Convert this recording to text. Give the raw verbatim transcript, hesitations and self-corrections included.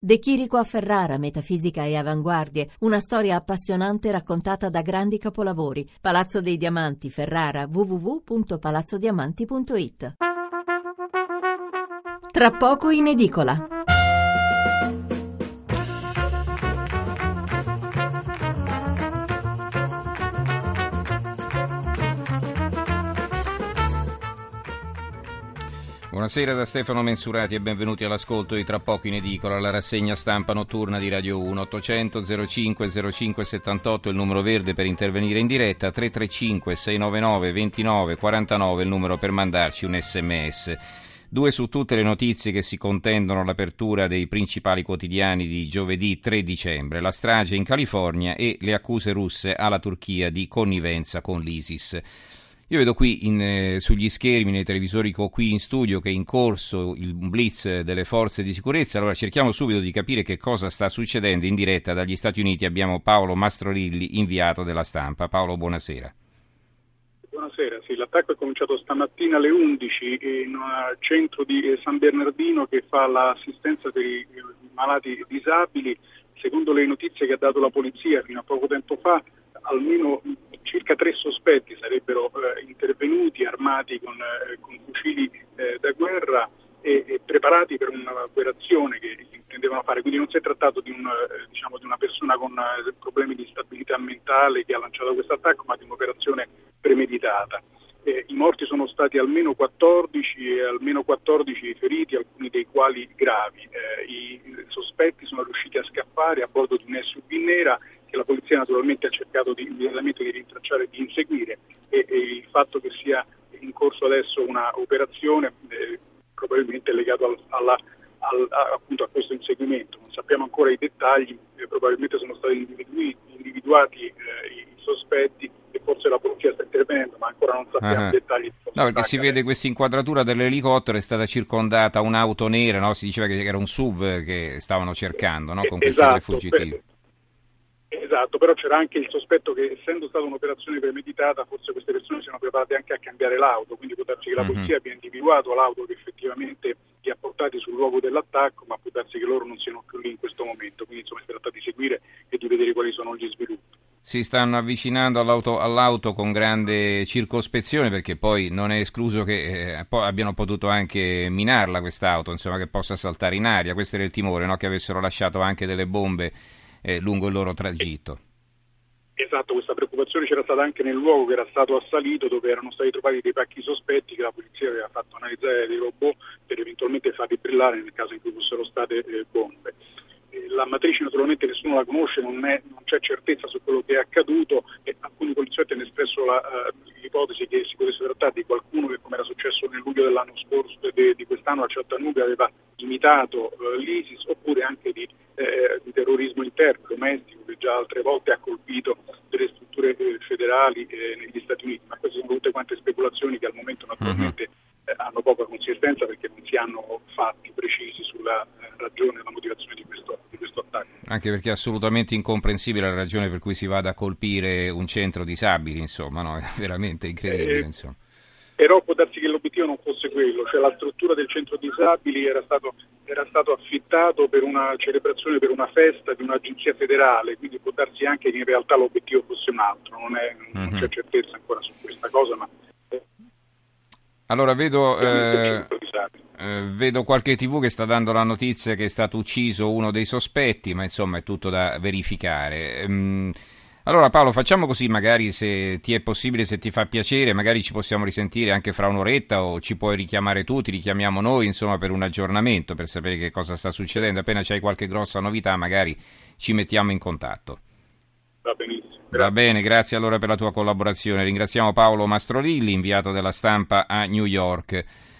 De Chirico a Ferrara, metafisica e avanguardie, una storia appassionante raccontata da grandi capolavori. Palazzo dei Diamanti, Ferrara, w w w punto palazzo diamanti punto i t. Tra poco in edicola. Buonasera da Stefano Mensurati e benvenuti all'ascolto di Tra poco in edicola, la rassegna stampa notturna di Radio uno. Ottocento zero cinque zero cinque settantotto il numero verde per intervenire in diretta, tre tre cinque sei nove nove due nove quattro nove il numero per mandarci un sms. Due su tutte le notizie che si contendono l'apertura dei principali quotidiani di giovedì tre dicembre, la strage in California e le accuse russe alla Turchia di connivenza con l'ISIS. Io vedo qui in, eh, sugli schermi, nei televisori che ho qui in studio, che è in corso il blitz delle forze di sicurezza. Allora cerchiamo subito di capire che cosa sta succedendo. In diretta dagli Stati Uniti abbiamo Paolo Mastrorilli, inviato della Stampa. Paolo, buonasera. Buonasera, sì, l'attacco è cominciato stamattina alle undici in un centro di San Bernardino che fa l'assistenza per i malati disabili. Secondo le notizie che ha dato la polizia fino a poco tempo fa, almeno circa tre sospetti sarebbero eh, intervenuti armati con, eh, con fucili eh, da guerra e, e preparati per un'operazione che intendevano fare. Quindi non si è trattato di, un, eh, diciamo, di una persona con eh, problemi di stabilità mentale che ha lanciato questo attacco, ma di un'operazione premeditata. Eh, I morti sono stati almeno quattordici e almeno quattordici feriti, alcuni dei quali gravi. Eh, I sospetti sono riusciti a scappare a bordo di un S U V nera che la polizia naturalmente ha cercato di, immediatamente di rintracciare e di inseguire, e, e il fatto che sia in corso adesso una operazione eh, probabilmente legato al, alla, al, a, appunto a questo inseguimento. Non sappiamo ancora i dettagli, eh, probabilmente sono stati individuati, individuati eh, i sospetti e forse la polizia sta intervenendo, ma ancora non sappiamo uh-huh. i dettagli. No, perché si vede questa inquadratura dell'elicottero, è stata circondata un'auto nera, no? Si diceva che era un S U V che stavano cercando, no? Con questi esatto, fuggitivi. Per... Esatto, però c'era anche il sospetto che, essendo stata un'operazione premeditata, forse queste persone siano preparate anche a cambiare l'auto, quindi può darsi che la polizia uh-huh. abbia individuato l'auto che effettivamente li ha portati sul luogo dell'attacco, ma può darsi che loro non siano più lì in questo momento, quindi insomma si tratta di seguire e di vedere quali sono gli sviluppi. Si stanno avvicinando all'auto, all'auto con grande circospezione, perché poi non è escluso che eh, poi abbiano potuto anche minarla quest'auto, insomma, che possa saltare in aria. Questo era il timore, no? Che avessero lasciato anche delle bombe eh, lungo il loro tragitto. Esatto, questa preoccupazione c'era stata anche nel luogo che era stato assalito, dove erano stati trovati dei pacchi sospetti che la polizia aveva fatto analizzare dei robot per eventualmente farli brillare nel caso in cui fossero state eh, bombe. La matrice naturalmente nessuno la conosce, non, è, non c'è certezza su quello che è accaduto, e alcuni poliziotti hanno espresso la, uh, l'ipotesi che si potesse trattare di qualcuno che, come era successo nel luglio dell'anno scorso, de, di quest'anno a Chattanooga, aveva imitato uh, l'ISIS, oppure anche di, eh, di terrorismo interno, domestico, che già altre volte ha colpito delle strutture eh, federali eh, negli Stati Uniti. Ma queste sono tutte quante speculazioni che al momento naturalmente uh-huh. eh, hanno poca consistenza, perché non si hanno fatti precisi sulla eh, ragione e la motivazione di questo di questo attacco. Anche perché è assolutamente incomprensibile la ragione per cui si vada a colpire un centro disabili, insomma, no? È veramente incredibile, eh, insomma. Però può darsi che l'obiettivo non fosse quello, cioè la struttura del centro disabili era stato, era stato affittato per una celebrazione, per una festa di un'agenzia federale, quindi può darsi anche che in realtà l'obiettivo fosse un altro, non, è, non mm-hmm. c'è certezza ancora su questa cosa, ma... Allora vedo, eh, eh, vedo qualche tivù che sta dando la notizia che è stato ucciso uno dei sospetti, ma insomma è tutto da verificare. Ehm, allora Paolo, facciamo così, magari se ti è possibile, se ti fa piacere, magari ci possiamo risentire anche fra un'oretta, o ci puoi richiamare tu, ti richiamiamo noi, insomma, per un aggiornamento, per sapere che cosa sta succedendo. Appena c'hai qualche grossa novità magari ci mettiamo in contatto. Va benissimo. Grazie. Va bene, grazie allora per la tua collaborazione. Ringraziamo Paolo Mastrorilli, inviato della Stampa a New York.